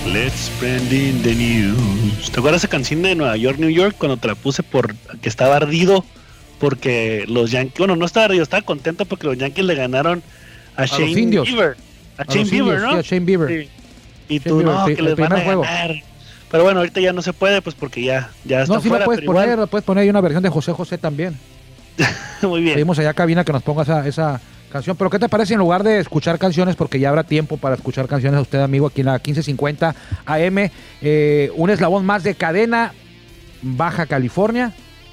Let's Branding the News. ¿Te acuerdas esa canción de Nueva York, New York? Cuando te la puse por que estaba ardido porque los Yankees, bueno, no estaba ardido, estaba contento porque los Yankees le ganaron a Shane Bieber. A Shane Bieber, ¿no? Sí, a Shane Bieber. Sí. Y tú, no, que les van a ganar. Pero bueno, ahorita ya no se puede, pues porque ya está no, sí fuera, la puedes poner ahí una versión de José José también. Muy bien. Pedimos allá a cabina que nos ponga esa canción. Pero ¿qué te parece en lugar de escuchar canciones? Porque ya habrá tiempo para escuchar canciones a usted, amigo, aquí en la 1550 AM. Un eslabón más de Cadena Baja California.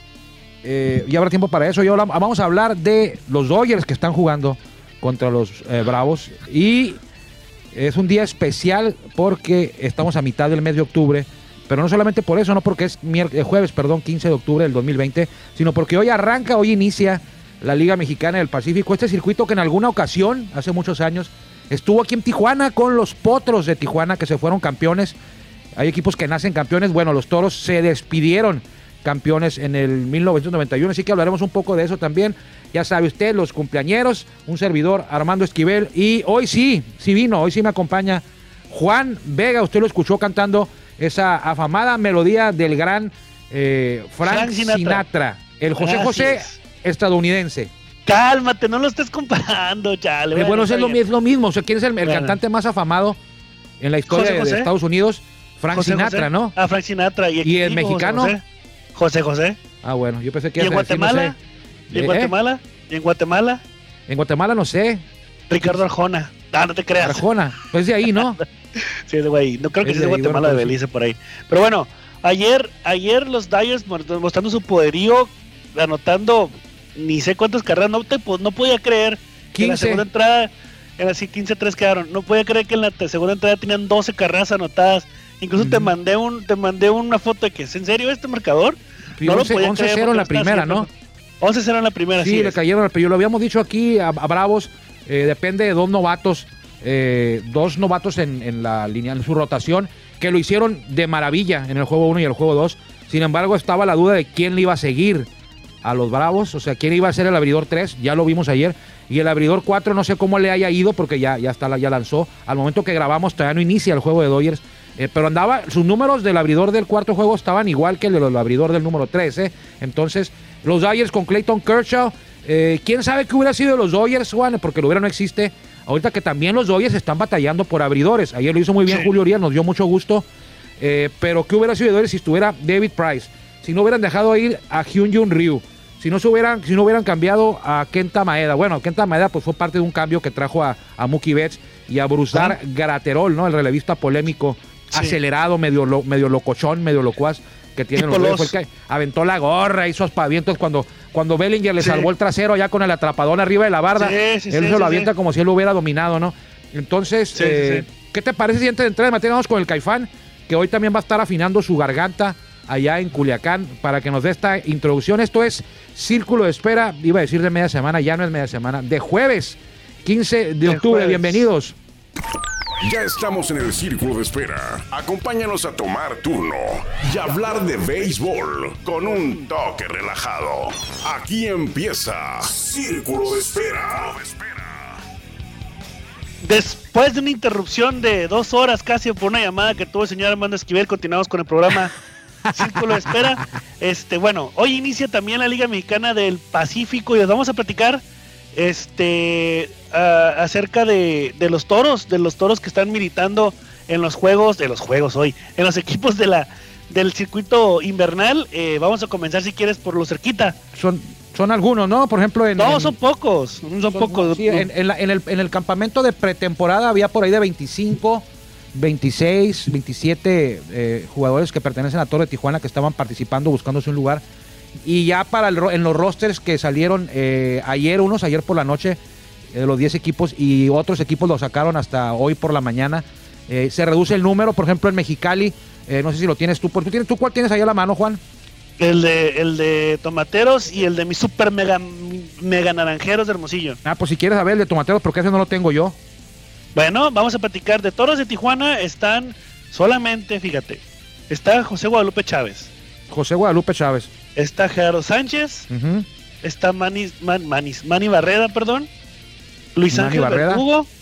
Ya habrá tiempo para eso. Vamos a hablar de los Dodgers que están jugando contra los Bravos. Y es un día especial porque estamos a mitad del mes de octubre. Pero no solamente por eso, no porque es jueves, 15 de octubre del 2020, sino porque hoy inicia la Liga Mexicana del Pacífico, este circuito que en alguna ocasión, hace muchos años, estuvo aquí en Tijuana con los Potros de Tijuana, que se fueron campeones. Hay equipos que nacen campeones. Bueno, los Toros se despidieron campeones en el 1991, así que hablaremos un poco de eso también. Ya sabe usted, los cumpleañeros, un servidor, Armando Esquivel, y hoy sí me acompaña Juan Vega. Usted lo escuchó cantando esa afamada melodía del gran Frank Sinatra, el José José estadounidense. Cálmate, no lo estés comparando, chale. Bueno, es lo mismo. O sea, ¿quién es el cantante más afamado en la historia de Estados Unidos? Frank Sinatra, ¿no? Ah, Frank Sinatra. ¿Y el mexicano? José José. Ah, bueno, yo pensé que... ¿Y en Guatemala? ¿Y en Guatemala? ¿Y en Guatemala? En Guatemala no sé. Ricardo Arjona. No te creas. Arjona, pues de ahí, ¿no? Sí, es de ahí. No creo que sea de Guatemala, bueno, de Belice, por ahí. Pero bueno, ayer los Dodgers mostrando su poderío, anotando ni sé cuántas carreras. No podía creer 15. Que en la segunda entrada, 15-3 quedaron. No podía creer que en la segunda entrada tenían 12 carreras anotadas. Incluso te mandé una foto de que ¿es en serio este marcador? No 11-0 en la primera, ¿no? 11-0 en la primera, sí. Le cayeron al pello. Lo habíamos dicho aquí a Bravos. Depende de dos novatos en la línea, en su rotación, que lo hicieron de maravilla en el juego 1 y el juego 2. Sin embargo, estaba la duda de quién le iba a seguir a los Bravos, o sea, quién iba a ser el abridor 3, ya lo vimos ayer, y el abridor 4 no sé cómo le haya ido, porque ya lanzó. Al momento que grabamos todavía no inicia el juego de Dodgers, pero sus números del abridor del cuarto juego estaban igual que el del abridor del número 3, Entonces, los Dodgers con Clayton Kershaw, quién sabe qué hubiera sido de los Dodgers, Juan, porque lo hubiera no existe. Ahorita que también los Dodgers están batallando por abridores. Ayer lo hizo muy bien Julio Urias, nos dio mucho gusto. Pero ¿qué hubiera sido de Dodgers si estuviera David Price? Si no hubieran dejado ir a Hyun-Jin Ryu. Si no hubieran cambiado a Kenta Maeda. Bueno, Kenta Maeda pues fue parte de un cambio que trajo a Mookie Betts y a Brusdar Graterol, ¿no? El relevista polémico, acelerado, medio locochón, medio locuaz que tienen los Dodgers. Fue el que aventó la gorra, hizo aspavientos cuando Bellinger le salvó el trasero allá con el atrapadón arriba de la barda. Él se lo avienta como si él lo hubiera dominado, ¿no? Entonces, ¿qué te parece si antes de entrar en materia vamos con el Caifán, que hoy también va a estar afinando su garganta allá en Culiacán para que nos dé esta introducción? Esto es Círculo de Espera, iba a decir de media semana, ya no es media semana, de jueves 15 de octubre. Jueves. Bienvenidos. Ya estamos en el Círculo de Espera. Acompáñanos a tomar turno y hablar de béisbol con un toque relajado. Aquí empieza Círculo de Espera. Después de una interrupción de 2 horas casi por una llamada que tuvo el señor Armando Esquivel, continuamos con el programa Círculo de Espera. Bueno, hoy inicia también la Liga Mexicana del Pacífico y les vamos a platicar acerca de los toros que están militando en los juegos hoy, en los equipos del circuito invernal. Vamos a comenzar, si quieres, por lo cerquita. Son algunos, ¿no? Por ejemplo, son pocos. Sí, en el campamento de pretemporada había por ahí de 25, 26, 27 jugadores que pertenecen a Toro de Tijuana que estaban participando, buscándose un lugar. Y ya en los rosters que salieron ayer por la noche, los 10 equipos, y otros equipos los sacaron hasta hoy por la mañana. Se reduce el número, por ejemplo, en Mexicali, no sé si lo tienes tú. ¿Tú cuál tienes ahí a la mano, Juan? El de Tomateros y el de mis super mega naranjeros de Hermosillo. Pues si quieres saber el de Tomateros, porque ese no lo tengo yo. Bueno, vamos a platicar de Toros de Tijuana. Están solamente, fíjate, está José Guadalupe Chávez. Está Gerardo Sánchez. Está Manny Barreda, Luis Ángel Verdugo,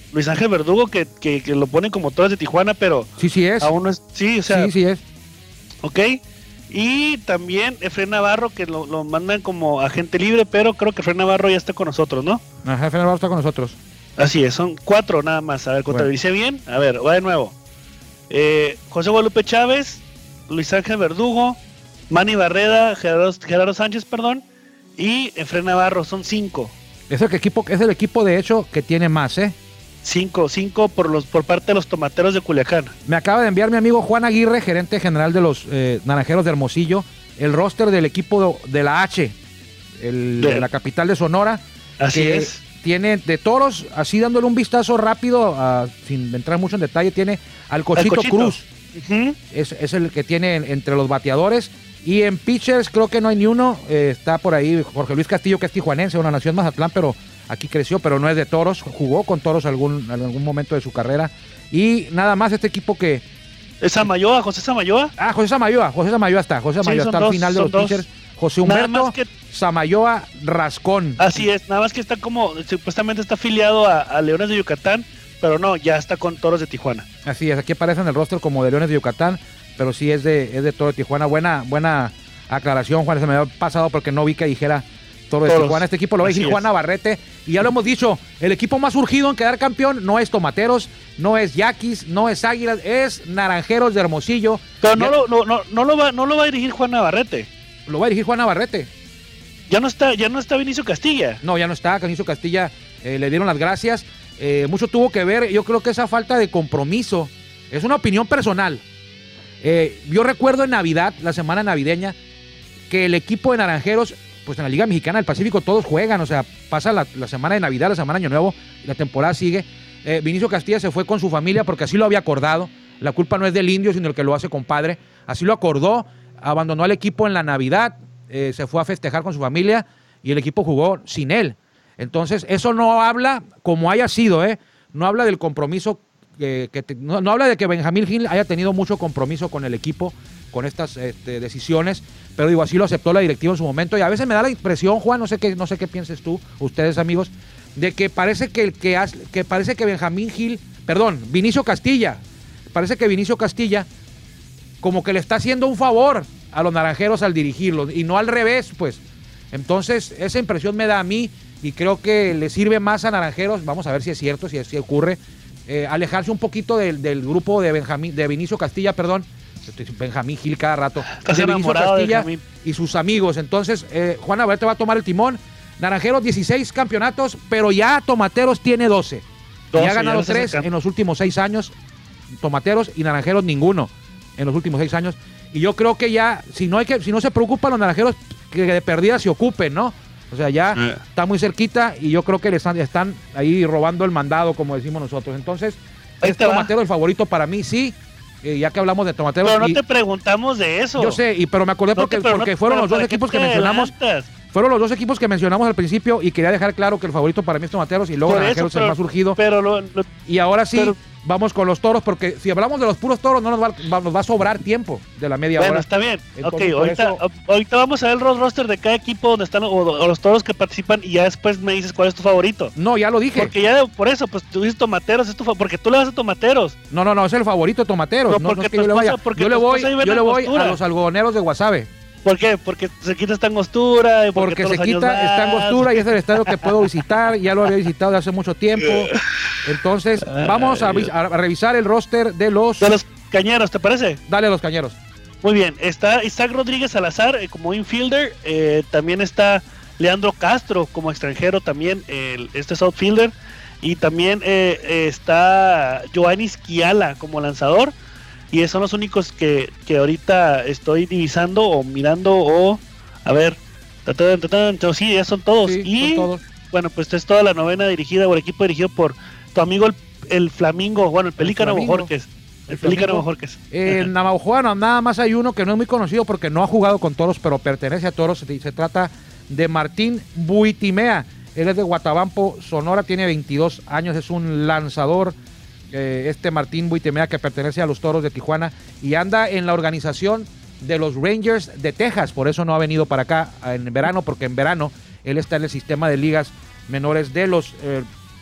Luis Ángel Verdugo, que lo ponen como toros de Tijuana, pero Sí es. aún no es. Sí, o sea. Sí es. Ok. Y también Efraín Navarro, que lo mandan como agente libre, pero creo que Efraín Navarro ya está con nosotros, ¿no? Ajá, Efraín Navarro está con nosotros. Así es, son 4 nada más. A ver, contabilicé bien. A ver, va de nuevo. José Guadalupe Chávez, Luis Ángel Verdugo, Manny Barreda, Gerardo Sánchez, perdón, y Efraín Navarro, son 5. Es el equipo de hecho que tiene más, 5 por parte de los tomateros de Culiacán. Me acaba de enviar mi amigo Juan Aguirre, gerente general de los Naranjeros de Hermosillo, el roster del equipo de la H, de la capital de Sonora. Así es. Tiene de toros, así dándole un vistazo rápido, sin entrar mucho en detalle, tiene al Cochito Cruz. Uh-huh. Es el que tiene entre los bateadores. Y en pitchers creo que no hay ni uno. Está por ahí Jorge Luis Castillo, que es tijuanense, una nación Mazatlán, pero aquí creció, pero no es de toros. Jugó con toros en algún momento de su carrera. Y nada más este equipo que... ¿Es Samayoa, José Samayoa? José Samayoa está. José Samayoa está al final de los pitchers. José Humberto Samayoa Rascón. Así es, nada más que está como, supuestamente está afiliado a Leones de Yucatán, pero no, ya está con Toros de Tijuana. Así es, aquí aparece en el roster como de Leones de Yucatán, pero sí es de Toro de Tijuana. Buena aclaración, Juan, se me había pasado porque no vi que dijera Toro de Tijuana. Este equipo lo va a dirigir Juan Navarrete, y ya lo hemos dicho, el equipo más urgido en quedar campeón no es Tomateros, no es Yaquis, no es Águilas, es Naranjeros de Hermosillo. Pero no lo va a dirigir Juan Navarrete. Lo va a dirigir Juan Navarrete. Ya no está Vinicio Castilla. No, ya no está. Vinicio Castilla le dieron las gracias. Mucho tuvo que ver, yo creo que esa falta de compromiso. Es una opinión personal. Yo recuerdo en Navidad, la semana navideña, que el equipo de Naranjeros, pues en la Liga Mexicana del Pacífico todos juegan, o sea, pasa la semana de Navidad, la semana de Año Nuevo, y la temporada sigue. Vinicio Castilla se fue con su familia porque así lo había acordado. La culpa no es del indio, sino el que lo hace compadre. Así lo acordó. Abandonó al equipo en la Navidad, se fue a festejar con su familia y el equipo jugó sin él. Entonces, eso no habla, como haya sido, no habla del compromiso, no habla de que Benjamín Gil haya tenido mucho compromiso con el equipo, con estas decisiones, pero digo, así lo aceptó la directiva en su momento. Y a veces me da la impresión, Juan, no sé qué pienses tú, ustedes amigos, de que parece que Vinicio Castilla, parece que Vinicio Castilla como que le está haciendo un favor a los Naranjeros al dirigirlos, y no al revés, pues. Entonces, esa impresión me da a mí, y creo que le sirve más a Naranjeros, vamos a ver si es cierto, si así ocurre, alejarse un poquito del grupo de Vinicio Castilla, Benjamín Gil cada rato, de Vinicio Castilla y sus amigos. Entonces, Juan Navarrete va a tomar el timón. Naranjeros 16 campeonatos, pero ya Tomateros tiene 12. Ya ha ganado 3 en los últimos 6 años, Tomateros, y Naranjeros ninguno en los últimos 6 años. Y yo creo que ya, si no se preocupan los Naranjeros, que de perdida se ocupen, ¿no? O sea, ya está muy cerquita, y yo creo que le están ahí robando el mandado, como decimos nosotros. Entonces, es Tomatero el favorito para mí, sí, ya que hablamos de Tomateros. Pero no te preguntamos de eso. Yo sé, pero me acordé porque fueron los dos equipos que mencionamos. Fueron los dos equipos que mencionamos al principio, y quería dejar claro que el favorito para mí es Tomateros, y luego Naranjeros es el más surgido. Y ahora sí, vamos con los toros, porque si hablamos de los puros toros no nos va a sobrar tiempo de la media hora. Bueno, está bien. Entonces, ahorita vamos a ver el roster de cada equipo donde están o los toros que participan, y ya después me dices cuál es tu favorito. No, ya lo dije. Porque ya por eso, pues tú dices Tomateros, porque tú le vas a Tomateros. No, es el favorito Tomateros. No es que yo le vaya. Yo le voy a los algodoneros de Guasave. ¿Por qué? Porque Sequita está en Angostura. Porque Sequita está en Angostura, y es el estadio que puedo visitar. Ya lo había visitado de hace mucho tiempo. Entonces, vamos a revisar el roster de los Cañeros, ¿te parece? Dale a los Cañeros. Muy bien, está Isaac Rodríguez Salazar como infielder. También está Leandro Castro como extranjero, también este es outfielder. Y también está Joanis Kiala como lanzador. Y esos son los únicos que ahorita estoy divisando o mirando a ver. Sí, ya son todos. Sí, son todos. Bueno, pues es toda la novena dirigida o el equipo dirigido por tu amigo el Flamingo, bueno, el Pelícano Bojorquez. El Pelícano Bojorquez. En Navajuana nada más hay uno que no es muy conocido porque no ha jugado con toros, pero pertenece a toros. Se trata de Martín Buitimea. Él es de Guatabampo, Sonora, tiene 22 años, es un lanzador. Martín Buitemea, que pertenece a los Toros de Tijuana y anda en la organización de los Rangers de Texas, por eso no ha venido para acá en verano, porque en verano él está en el sistema de ligas menores de los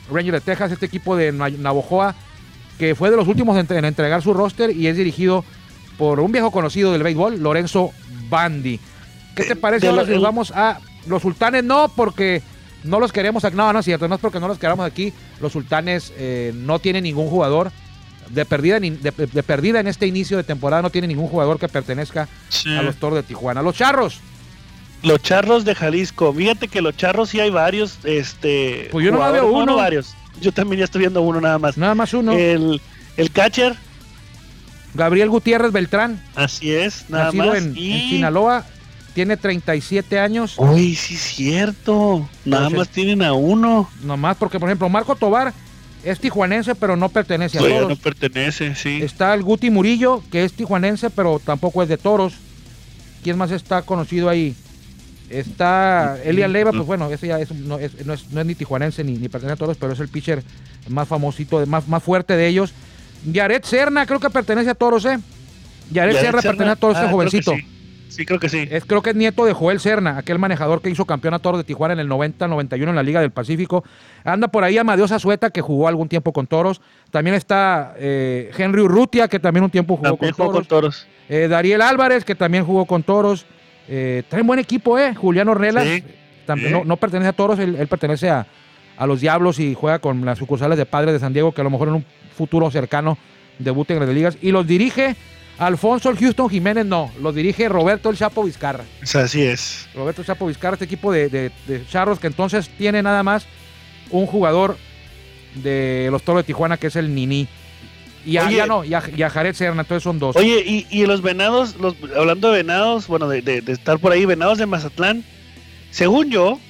Rangers de Texas, este equipo de Navojoa, que fue de los últimos en entregar su roster y es dirigido por un viejo conocido del béisbol, Lorenzo Bandi. ¿Qué te parece ahora si vamos a los Sultanes? No, porque no los queremos aquí. No, no es cierto, no es porque no los queramos aquí. Los Sultanes no tienen ningún jugador de perdida en este inicio de temporada, no tiene ningún jugador que pertenezca a los Toros de Tijuana. Los Charros. Los Charros de Jalisco. Fíjate que los Charros sí hay varios. Pues yo no veo uno. No, varios. Yo también ya estoy viendo uno nada más. Nada más uno. El catcher. Gabriel Gutiérrez Beltrán. Así es, nada nacido más. En Sinaloa. Tiene 37 años. Uy, sí es cierto. Nada más tienen a uno. Nomás porque, por ejemplo, Marco Tobar es tijuanense, pero no pertenece a Toros. No pertenece, sí. Está el Guti Murillo, que es tijuanense, pero tampoco es de Toros. ¿Quién más está conocido ahí? Está Elian Leiva, pues bueno, ese ya no es ni tijuanense ni pertenece a Toros, pero es el pitcher más famosito, más fuerte de ellos. Yaret Serna, creo que pertenece a Toros, Yaret Serna pertenece a Toros, ese jovencito. Sí, creo que sí. Creo que es nieto de Joel Serna, aquel manejador que hizo campeón a Toros de Tijuana en el 90-91 en la Liga del Pacífico. Anda por ahí Amadeo Azueta, que jugó algún tiempo con Toros. También está Henry Urrutia, que también un tiempo jugó con Toros. Dariel Álvarez, que también jugó con Toros. Traen buen equipo, Julián Ornelas. Sí. No pertenece a Toros, él pertenece a los Diablos y juega con las sucursales de Padres de San Diego, que a lo mejor en un futuro cercano debute en Grandes Ligas. Y los dirige Alfonso el Houston Jiménez, no, lo dirige Roberto el Chapo Vizcarra. Así es. Roberto el Chapo Vizcarra, este equipo de Charros, que entonces tiene nada más un jugador de los Toros de Tijuana, que es el Nini. Y a Jared Serna, entonces son dos. Oye, y los Venados, hablando de Venados, bueno, de estar por ahí, Venados de Mazatlán, según yo,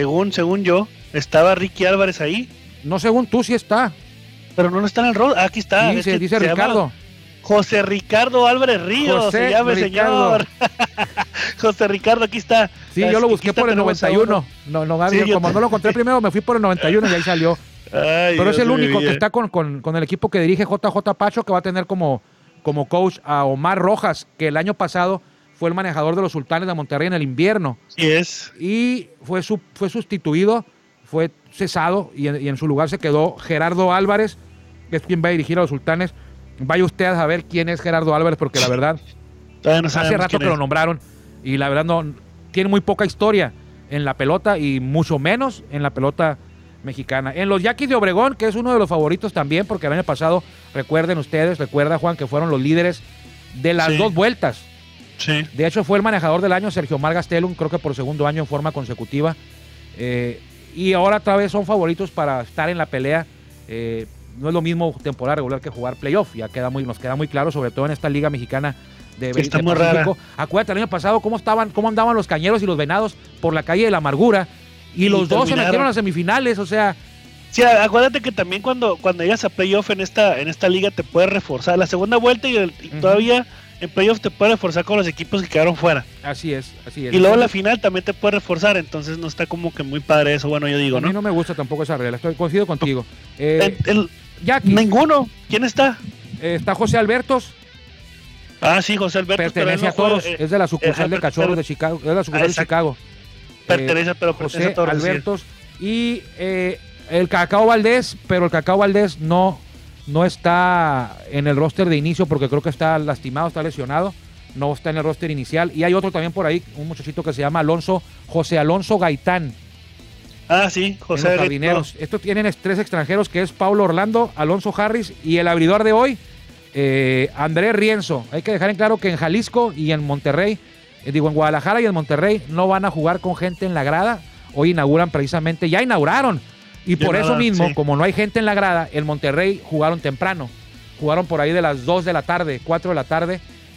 estaba Ricky Álvarez ahí. No, según tú, sí está. Pero no está en el rol. Aquí está. Sí, dice Ricardo. José Ricardo Álvarez Ríos, se llama el señor. José Ricardo, aquí está. Sí, yo lo busqué por el 91. Como no lo encontré primero, me fui por el 91 y ahí salió. Ay, pero Dios, es el único que está con el equipo que dirige JJ Pacho, que va a tener como coach a Omar Rojas, que el año pasado fue el manejador de los Sultanes de Monterrey en el invierno. Sí es. Y fue sustituido, fue cesado y en su lugar se quedó Gerardo Álvarez, que es quien va a dirigir a los Sultanes. Vaya usted a saber quién es Gerardo Álvarez, porque la verdad, hace rato que lo nombraron y la verdad no tiene muy poca historia en la pelota y mucho menos en la pelota mexicana. En los Yaquis de Obregón, que es uno de los favoritos también, porque el año pasado, recuerda Juan, que fueron los líderes de las dos vueltas. Sí. De hecho, fue el manejador del año Sergio Omar Gastelum, creo que por segundo año en forma consecutiva. Y ahora otra vez son favoritos para estar en la pelea. No es lo mismo temporada regular que jugar playoff, nos queda muy claro, sobre todo en esta liga mexicana de Pacífico. Rara. Acuérdate el año pasado cómo andaban los Cañeros y los Venados por la calle de la amargura, y los dos se metieron a las semifinales, o sea. Sí, acuérdate que también cuando llegas a playoff en esta liga te puedes reforzar la segunda vuelta y todavía en playoff te puedes reforzar con los equipos que quedaron fuera. Así es. Y luego la final también te puedes reforzar, entonces no está como que muy padre eso, bueno, yo digo, ¿no? A mí no me gusta tampoco esa regla, coincido contigo. Ninguno. ¿Quién está? Está José Albertos. Sí, José Albertos. Pertenece a Toros, es de la sucursal de Cachorros de Chicago, es de la sucursal de Chicago. Pertenece a José Albertos. Y el Cacao Valdés, pero el Cacao Valdés no está en el roster de inicio porque creo que está lastimado, está lesionado. No está en el roster inicial. Y hay otro también por ahí, un muchachito que se llama José Alonso Gaitán. Sí, José Los Jardineros. Estos tienen 3 extranjeros, que es Paulo Orlando, Alonso Harris y el abridor de hoy, Andrés Rienzo. Hay que dejar en claro que en Jalisco y en Monterrey, en Guadalajara y en Monterrey no van a jugar con gente en la grada. Hoy ya inauguraron. Y por eso mismo, como no hay gente en la grada, en Monterrey jugaron temprano. Jugaron por ahí de las 2 de la tarde, 4 de la tarde,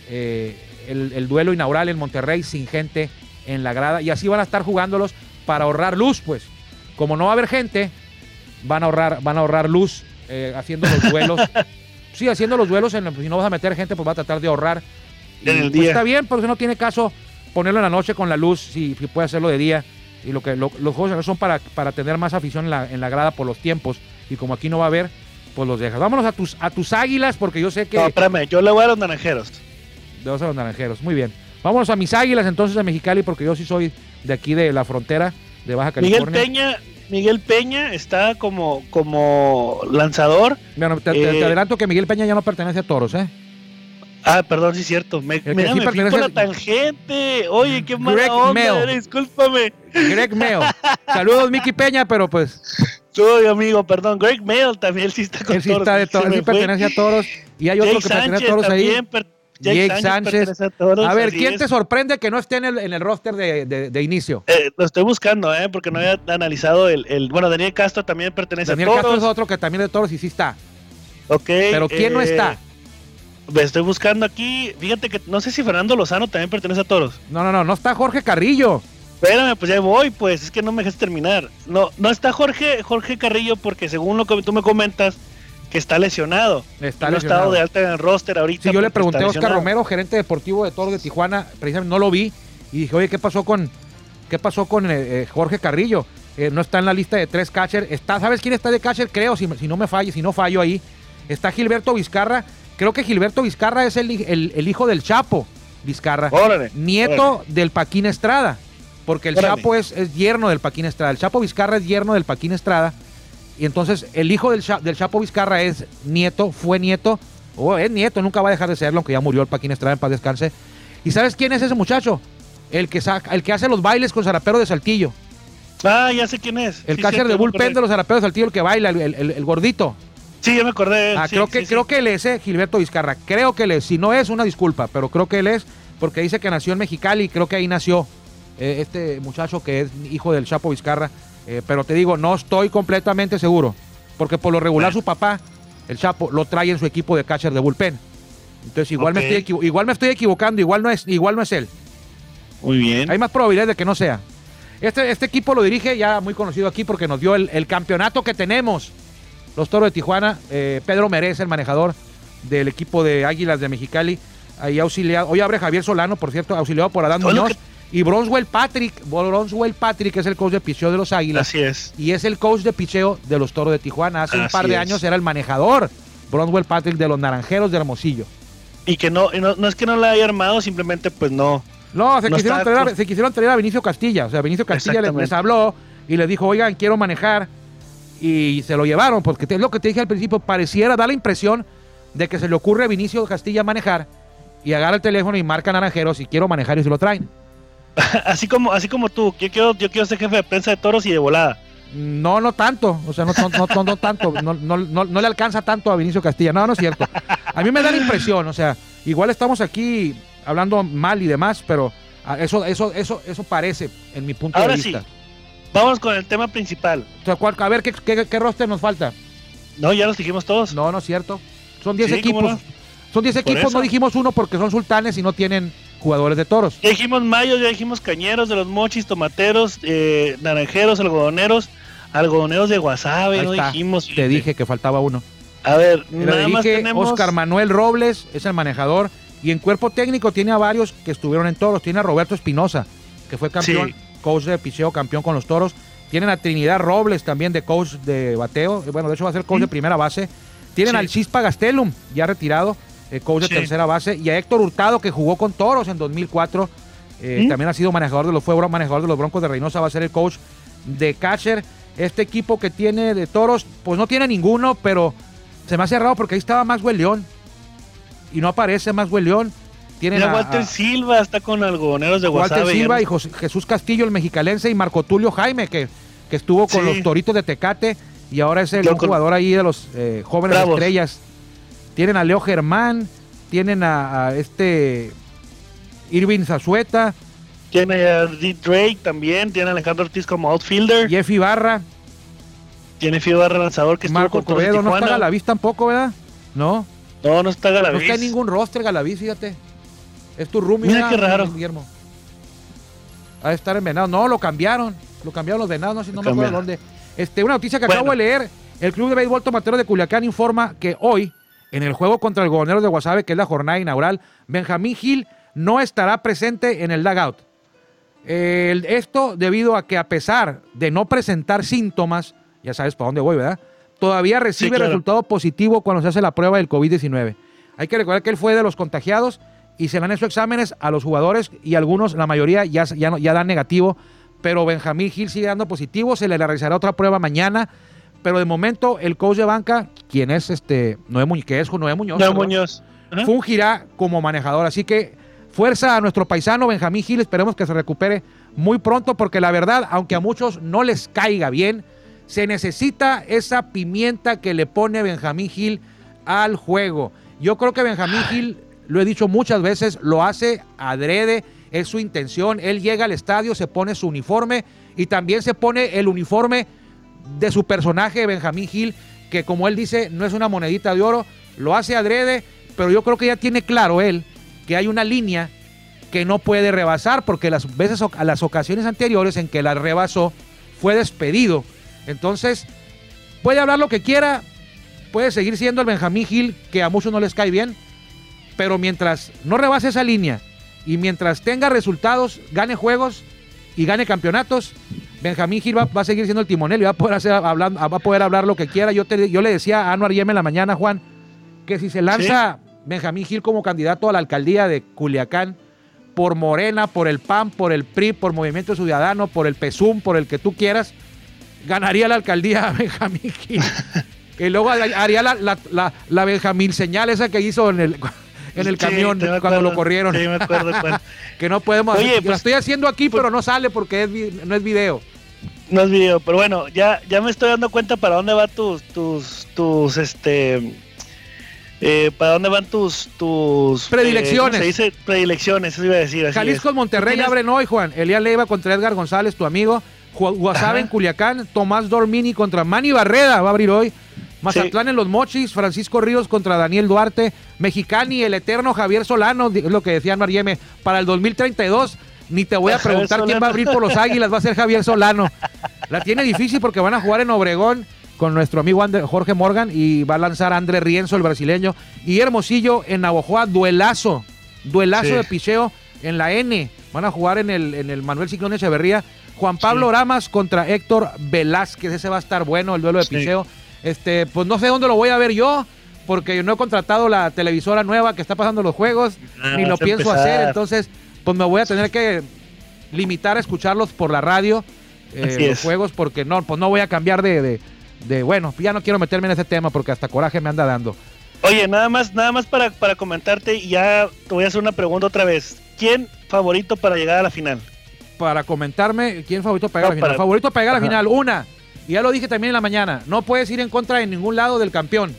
el duelo inaugural en Monterrey sin gente en la grada. Y así van a estar jugándolos para ahorrar luz, pues. Como no va a haber gente, van a ahorrar luz haciendo los duelos. Sí, haciendo los duelos, si no vas a meter gente, pues va a tratar de ahorrar. En el día. Pues está bien, porque no tiene caso ponerlo en la noche con la luz, si puede hacerlo de día. Y los juegos son para tener más afición en la grada por los tiempos. Y como aquí no va a haber, pues los dejas. Vámonos a tus Águilas, porque yo sé que... No, espérame, yo le voy a los Naranjeros. Le vas a los Naranjeros, muy bien. Vámonos a mis Águilas entonces de Mexicali, porque yo sí soy de aquí de la frontera de Baja California. Miguel Peña está como lanzador. Bueno, te adelanto que Miguel Peña ya no pertenece a Toros, ¿eh? Ah, perdón, sí es cierto. Me fui por la tangente. Oye, qué mala onda, discúlpame. Greg Meo. Saludos, Mickey Peña, pero pues... Soy amigo, perdón. Greg Meo también sí está con Toros. Él sí está de Toros, sí pertenece a Toros. Y hay otro que pertenece a Toros ahí. Jake Sánchez. A ver, ¿quién te sorprende que no esté en el roster de inicio? Lo estoy buscando, porque no había analizado bueno, Daniel Castro también pertenece a Toros. Daniel Castro es otro que también es de Toros y sí está. Ok. Pero ¿quién no está? Estoy buscando aquí. Fíjate que no sé si Fernando Lozano también pertenece a Toros. No está Jorge Carrillo. Espérame, pues ya voy, pues es que no me dejes terminar. No está Jorge Carrillo porque según lo que tú me comentas, que está lesionado. No ha estado de alta en el roster ahorita. Sí, yo le pregunté a Oscar Romero, gerente deportivo de Toros de Tijuana, precisamente no lo vi, y dije, oye, ¿qué pasó con Jorge Carrillo? No está en la lista de 3 catcher. ¿Sabes quién está de catcher? Creo, si no fallo ahí. Está Gilberto Vizcarra. Creo que Gilberto Vizcarra es el hijo del Chapo Vizcarra. Órale, nieto del Paquín Estrada. Porque el Chapo es yerno del Paquín Estrada. El Chapo Vizcarra es yerno del Paquín Estrada. Y entonces el hijo del Chapo Vizcarra es nieto, es nieto, nunca va a dejar de serlo, aunque ya murió el Paquín Estrada, en paz descanse. ¿Y sabes quién es ese muchacho? El que hace los bailes con Zarapero de Saltillo. Ah, ya sé quién es. El catcher de bullpen de los Zaraperos de Saltillo, el que baila, el gordito. Sí, ya me acordé. Creo que él es Gilberto Vizcarra. Creo que él es. Si no es, una disculpa, pero creo que él es, porque dice que nació en Mexicali y creo que ahí nació este muchacho que es hijo del Chapo Vizcarra. Pero te digo, no estoy completamente seguro, porque por lo regular su papá, el Chapo, lo trae en su equipo de catcher de bullpen. Entonces igual me estoy equivocando, igual no es él. Muy bien. Hay más probabilidades de que no sea. Este equipo lo dirige ya muy conocido aquí porque nos dio el campeonato que tenemos. Los Toros de Tijuana, Pedro Merez, el manejador del equipo de Águilas de Mexicali, ahí auxiliado. Hoy abre Javier Solano, por cierto, auxiliado por Adán Muñoz. Y Bronswell Patrick es el coach de picheo de los Águilas. Así es. Y es el coach de picheo de los Toros de Tijuana. Hace un par de años era el manejador, Bronswell Patrick, de los Naranjeros de Hermosillo. Y que no es que no la haya armado, simplemente pues no. No, se quisieron traer a Vinicio Castilla. O sea, Vinicio Castilla les habló y les dijo, oigan, quiero manejar. Y se lo llevaron, porque es lo que te dije al principio, da la impresión de que se le ocurre a Vinicio Castilla manejar y agarra el teléfono y marca Naranjeros y quiero manejar y se lo traen. así como tú, yo quiero ser jefe de prensa de Toros y de volada. No tanto, o sea, no tanto, no le alcanza tanto a Vinicio Castilla, no es cierto. A mí me da la impresión, o sea, igual estamos aquí hablando mal y demás, pero eso parece en mi punto de vista. Sí. Vamos con el tema principal. O sea, a ver, ¿qué roster nos falta? No, ya los dijimos todos. No es cierto. Son 10 equipos. No? Son 10 equipos, no dijimos uno porque son sultanes y no tienen jugadores de Toros. Ya dijimos Mayos, ya dijimos Cañeros, de los Mochis, Tomateros, Naranjeros, Algodoneros de Guasave, no dijimos. Te dije que faltaba uno. A ver, nada más tenemos... Oscar Manuel Robles es el manejador y en cuerpo técnico tiene a varios que estuvieron en Toros. Tiene a Roberto Espinosa, que fue campeón. Sí. Coach de picheo, campeón con los Toros. Tienen a Trinidad Robles también de coach de bateo. Bueno, de hecho va a ser coach de primera base. Tienen al Chispa Gastelum, ya retirado, coach de tercera base. Y a Héctor Hurtado, que jugó con Toros en 2004. También ha sido manejador de los Broncos de Reynosa. Va a ser el coach de catcher. Este equipo que tiene de Toros, pues no tiene ninguno, pero se me hace raro porque ahí estaba Maxwell León. Y no aparece Maxwell León. Tienen Walter Silva, está con Algodoneros de Guasave. Walter Silva y Jesús Castillo, el mexicalense, y Marco Tulio Jaime, que estuvo con los Toritos de Tecate y ahora es el jugador ahí de los jóvenes Bravos. Estrellas. Tienen a Leo Germán, tienen a Irving Zazueta. Tiene a D. Drake también, tiene a Alejandro Ortiz como outfielder. Jeff Ibarra. Tiene Fío Ibarra lanzador que Marco estuvo con Covedo, no está Galaviz tampoco, ¿verdad? No está Galaviz. No está en ningún roster Galaviz, fíjate. Es tu roomie. Mira qué raro. Guillermo. Ha de estar en Venados. No, lo cambiaron los Venados, no me acuerdo dónde. Una noticia que acabo de leer. El Club de Béisbol Tomatero de Culiacán informa que hoy, en el juego contra el Algodoneros de Guasave, que es la jornada inaugural, Benjamín Gil no estará presente en el dugout. Esto debido a que a pesar de no presentar síntomas, ya sabes para dónde voy, ¿verdad? Todavía recibe resultado positivo cuando se hace la prueba del COVID-19. Hay que recordar que él fue de los contagiados y se le han hecho exámenes a los jugadores y algunos, la mayoría, ya dan negativo pero Benjamín Gil sigue dando positivo, se le realizará otra prueba mañana, pero de momento el coach de banca, quien es Noé Muñoz, fungirá como manejador, así que fuerza a nuestro paisano Benjamín Gil, esperemos que se recupere muy pronto, porque la verdad, aunque a muchos no les caiga bien, se necesita esa pimienta que le pone Benjamín Gil al juego. Yo creo que Benjamín Gil, lo he dicho muchas veces, lo hace adrede, es su intención. Él llega al estadio, se pone su uniforme y también se pone el uniforme de su personaje, Benjamín Gil, que como él dice, no es una monedita de oro, lo hace adrede, pero yo creo que ya tiene claro él que hay una línea que no puede rebasar, porque las ocasiones anteriores en que la rebasó fue despedido. Entonces, puede hablar lo que quiera, puede seguir siendo el Benjamín Gil, que a muchos no les cae bien, pero mientras no rebase esa línea y mientras tenga resultados, gane juegos y gane campeonatos, Benjamín Gil va a seguir siendo el timonel y va a poder hablar lo que quiera. Yo le decía a Anuar Yeme en la mañana, Juan, que si se lanza Benjamín Gil como candidato a la alcaldía de Culiacán, por Morena, por el PAN, por el PRI, por Movimiento Ciudadano, por el PSUM, por el que tú quieras, ganaría la alcaldía Benjamín Gil. Y luego haría la Benjamín señal esa que hizo en el camión cuando lo corrieron. Sí, me acuerdo cuál. Que no podemos hacer. Pues, lo estoy haciendo aquí, pero no sale porque no es video. No es video, pero bueno, ya me estoy dando cuenta para dónde va para dónde van tus predilecciones. Se dice predilecciones, eso iba a decir. Así Jalisco, Monterrey abren hoy, Juan. Elías Leiva contra Edgar González, tu amigo. Guasave en Culiacán. Tomás Dormini contra Manny Barreda va a abrir hoy. Mazatlán en Los Mochis. Francisco Ríos contra Daniel Duarte. Mexicali, el eterno Javier Solano, es lo que decía Marieme, para el 2032. Ni te voy a preguntar quién va a abrir por los Águilas, va a ser Javier Solano. La tiene difícil porque van a jugar en Obregón con nuestro amigo Jorge Morgan y va a lanzar a André Rienzo, el brasileño, y Hermosillo en Navojoa, duelazo de picheo en la N. Van a jugar en el Manuel Ciclón Echeverría. Juan Pablo Oramas contra Héctor Velázquez, ese va a estar bueno, el duelo de picheo. Pues no sé dónde lo voy a ver yo, porque yo no he contratado la televisora nueva que está pasando los juegos, ni lo pienso hacer, entonces pues me voy a tener que limitar a escucharlos por la radio, los juegos, porque no voy a cambiar bueno, ya no quiero meterme en ese tema porque hasta coraje me anda dando. Oye, nada más para comentarte, y ya te voy a hacer una pregunta otra vez. ¿Quién favorito para llegar a la final? Para comentarme, ¿quién favorito para llegar a la final? Favorito para llegar a la final, y ya lo dije también en la mañana, no puedes ir en contra de ningún lado del campeón.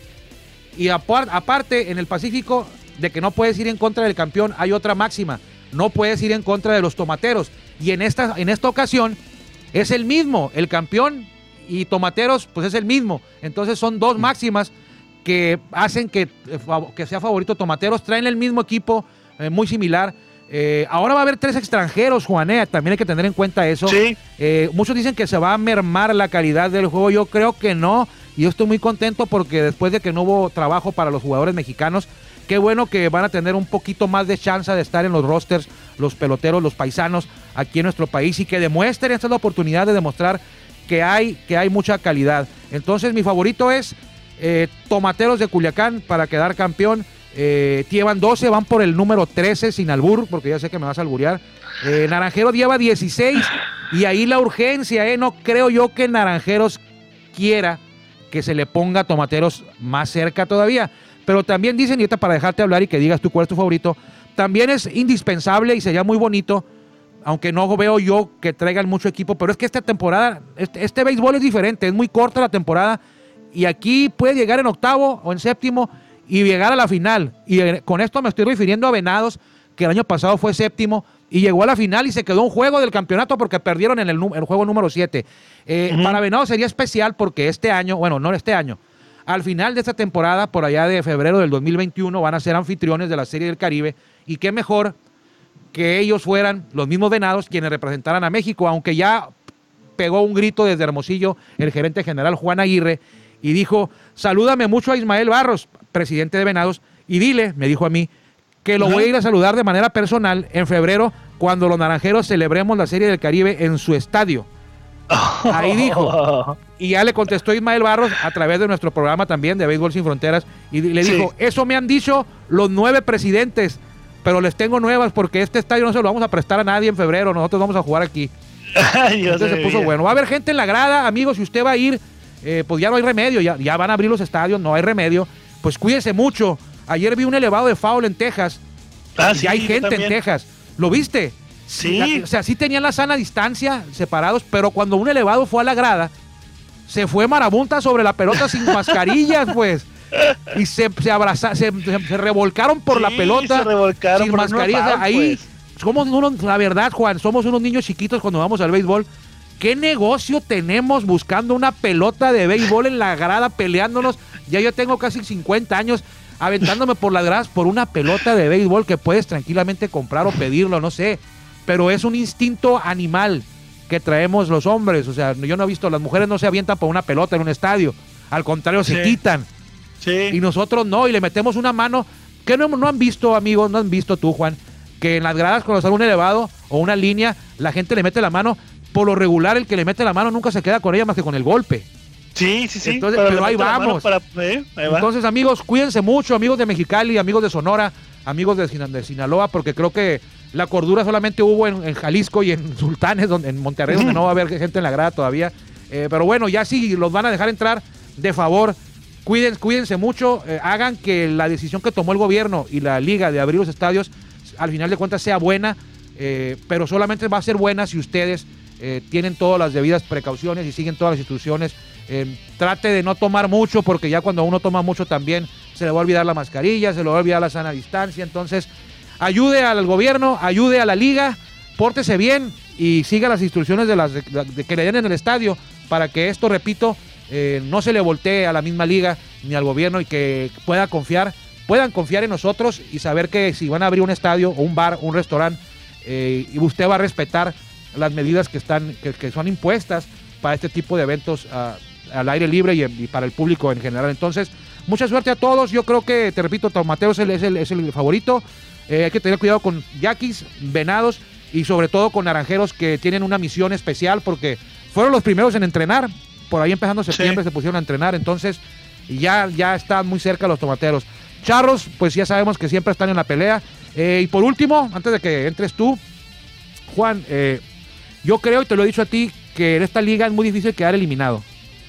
Y aparte, en el Pacífico, de que no puedes ir en contra del campeón, hay otra máxima, no puedes ir en contra de los tomateros. Y en esta ocasión, es el mismo, el campeón y Tomateros, pues es el mismo. Entonces son dos máximas que hacen que sea favorito Tomateros. Traen el mismo equipo, muy similar. Ahora va a haber 3 extranjeros, Juané, también hay que tener en cuenta eso. Sí. Muchos dicen que se va a mermar la calidad del juego. Yo creo que no. Y yo estoy muy contento porque después de que no hubo trabajo para los jugadores mexicanos, qué bueno que van a tener un poquito más de chance de estar en los rosters, los peloteros, los paisanos aquí en nuestro país, y que demuestren, esta es la oportunidad de demostrar que hay mucha calidad. Entonces mi favorito es Tomateros de Culiacán para quedar campeón. Llevan 12, van por el número 13 sin albur, porque ya sé que me vas a alburear. Naranjeros lleva 16 y ahí la urgencia, no creo yo que Naranjeros quiera que se le ponga Tomateros más cerca todavía. Pero también dicen, y ahorita para dejarte hablar y que digas tú cuál es tu favorito, también es indispensable y sería muy bonito, aunque no veo yo que traigan mucho equipo, pero es que esta temporada, este béisbol es diferente, es muy corta la temporada, y aquí puede llegar en octavo o en séptimo y llegar a la final. Y con esto me estoy refiriendo a Venados, que el año pasado fue séptimo y llegó a la final y se quedó un juego del campeonato porque perdieron en el juego número 7. Para Venados sería especial porque este año, bueno, no este año, al final de esta temporada, por allá de febrero del 2021, van a ser anfitriones de la Serie del Caribe, y qué mejor que ellos fueran los mismos Venados quienes representaran a México, aunque ya pegó un grito desde Hermosillo el gerente general Juan Aguirre y dijo: salúdame mucho a Ismael Barros, presidente de Venados, y dile, me dijo a mí, que lo voy a ir a saludar de manera personal en febrero cuando los Naranjeros celebremos la Serie del Caribe en su estadio. Ahí dijo. Y ya le contestó Ismael Barros a través de nuestro programa también de Béisbol Sin Fronteras, y le dijo: eso me han dicho los 9 presidentes, pero les tengo nuevas porque este estadio no se lo vamos a prestar a nadie en febrero, nosotros vamos a jugar aquí. Entonces se puso bueno. Va a haber gente en la grada, amigos, si usted va a ir, pues ya no hay remedio, ya van a abrir los estadios, no hay remedio. Pues cuídese mucho. Ayer vi un elevado de foul en Texas. Y hay gente en Texas. ¿Lo viste? Sí. O sea, sí tenían la sana distancia, separados, pero cuando un elevado fue a la grada, se fue marabunta sobre la pelota sin mascarillas, pues. Y se revolcaron por la pelota se revolcaron sin por mascarillas. foul, Ahí, pues. somos unos, la verdad, Juan, somos unos niños chiquitos cuando vamos al béisbol. ¿Qué negocio tenemos buscando una pelota de béisbol en la grada, peleándonos? Ya yo tengo casi 50 años aventándome por las gradas por una pelota de béisbol que puedes tranquilamente comprar o pedirlo, no sé. Pero es un instinto animal que traemos los hombres. O sea, yo no he visto, las mujeres no se avientan por una pelota en un estadio. Al contrario, se quitan. Sí. Y nosotros no, y le metemos una mano. ¿Qué no han visto, amigos? ¿No han visto tú, Juan? Que en las gradas, cuando sale un elevado o una línea, la gente le mete la mano. Por lo regular, el que le mete la mano nunca se queda con ella más que con el golpe. Sí. Entonces, pero ahí vamos. Ahí va. Entonces, amigos, cuídense mucho, amigos de Mexicali, amigos de Sonora, amigos de Sinaloa, porque creo que la cordura solamente hubo en Jalisco y en Sultanes, en Monterrey, donde no va a haber gente en la grada todavía. Pero bueno, ya sí los van a dejar entrar, de favor, cuídense mucho, hagan que la decisión que tomó el gobierno y la liga de abrir los estadios, al final de cuentas sea buena, pero solamente va a ser buena si ustedes tienen todas las debidas precauciones y siguen todas las instrucciones. Trate de no tomar mucho, porque ya cuando uno toma mucho también se le va a olvidar la mascarilla, se le va a olvidar la sana distancia. Entonces, ayude al gobierno, ayude a la liga, pórtese bien y siga las instrucciones de que le den en el estadio, para que esto, repito, no se le voltee a la misma liga ni al gobierno, y que puedan confiar en nosotros y saber que si van a abrir un estadio o un bar, un restaurante, y usted va a respetar las medidas que son impuestas para este tipo de eventos al aire libre y para el público en general. Entonces, mucha suerte a todos. Yo creo que, te repito, Tomateo es el favorito. Hay que tener cuidado con Yaquis, Venados y sobre todo con Naranjeros, que tienen una misión especial porque fueron los primeros en entrenar. Por ahí empezando septiembre se pusieron a entrenar. Entonces, ya están muy cerca los Tomateros. Charros, pues ya sabemos que siempre están en la pelea. Y por último, antes de que entres tú, Juan, yo creo, y te lo he dicho a ti, que en esta liga es muy difícil quedar eliminado.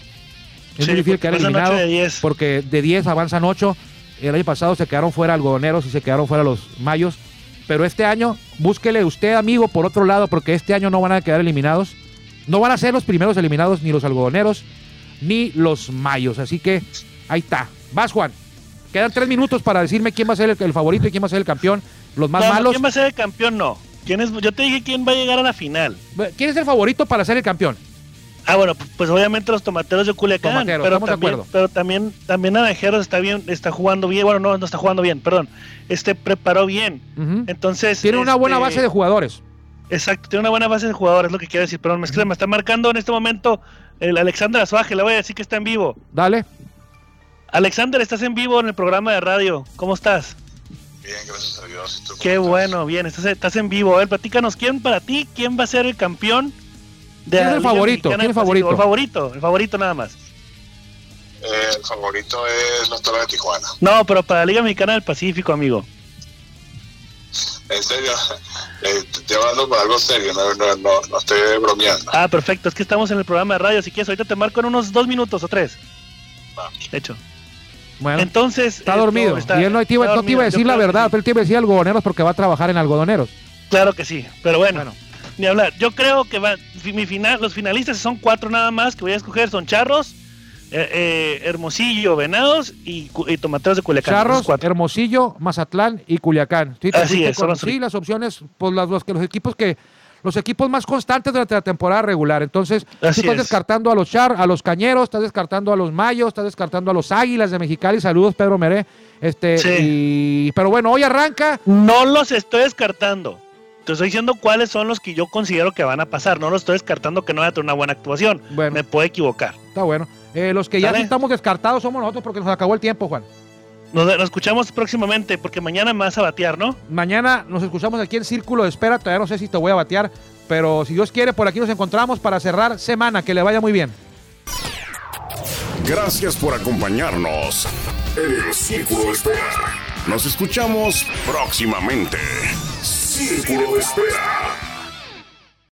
Es muy difícil quedar eliminado porque de 10 avanzan 8. El año pasado se quedaron fuera Algodoneros y se quedaron fuera los Mayos. Pero este año, búsquele usted, amigo, por otro lado, porque este año no van a quedar eliminados. No van a ser los primeros eliminados ni los Algodoneros ni los Mayos. Así que ahí está. Vas, Juan. Quedan 3 minutos para decirme quién va a ser el favorito y quién va a ser el campeón. Los más malos. ¿Quién va a ser el campeón? No. Yo te dije quién va a llegar a la final. ¿Quién es el favorito para ser el campeón? Bueno, pues obviamente los Tomateros de Culiacán. Pero estamos también, de acuerdo. Pero también Naranjeros está jugando bien. Bueno, no está jugando bien, perdón. Preparó bien. Uh-huh. Entonces. Tiene una buena base de jugadores. Exacto, tiene una buena base de jugadores, es lo que quiero decir. Perdón, me está marcando en este momento el Alexander Azuaje, le voy a decir que está en vivo. Dale. Alexander, estás en vivo en el programa de radio. ¿Cómo estás? Bien, gracias a Dios. ¿Tú Qué bueno, bien, estás en vivo. A ver, platícanos, ¿quién va a ser el campeón? ¿Quién es el favorito? ¿Quién es el favorito? El favorito nada más. El favorito es los Toros de Tijuana. No, pero para la Liga Mexicana del Pacífico, amigo. En serio, estoy hablando para algo serio, no estoy bromeando. Perfecto, es que estamos en el programa de radio, si quieres ahorita te marco en unos 2 minutos o 3. De hecho. Bueno, entonces está dormido. Y él no te iba a decir la verdad, pero él te iba a decir Algodoneros porque va a trabajar en Algodoneros. Claro que sí, pero bueno. Ni hablar. Yo creo que los finalistas son 4 nada más que voy a escoger, son Charros, Hermosillo, Venados y Tomateros de Culiacán. Charros, Hermosillo, Mazatlán y Culiacán. ¿Sí? Así es. Sí, las opciones, pues los equipos más constantes durante la temporada regular. Entonces, tú estás descartando a los Cañeros, estás descartando a los Mayos, estás descartando a los Águilas de Mexicali. Saludos, Pedro Meré. Pero bueno, hoy arranca. No los estoy descartando. Te estoy diciendo cuáles son los que yo considero que van a pasar. No los estoy descartando que no van a tener una buena actuación. Bueno, me puedo equivocar. Está bueno. Los que ya sí estamos descartados somos nosotros porque nos acabó el tiempo, Juan. Nos escuchamos próximamente porque mañana me vas a batear, ¿no? Mañana nos escuchamos aquí en Círculo de Espera. Todavía no sé si te voy a batear, pero si Dios quiere, por aquí nos encontramos para cerrar semana. Que le vaya muy bien. Gracias por acompañarnos en el Círculo de Espera. Nos escuchamos próximamente. Círculo de Espera.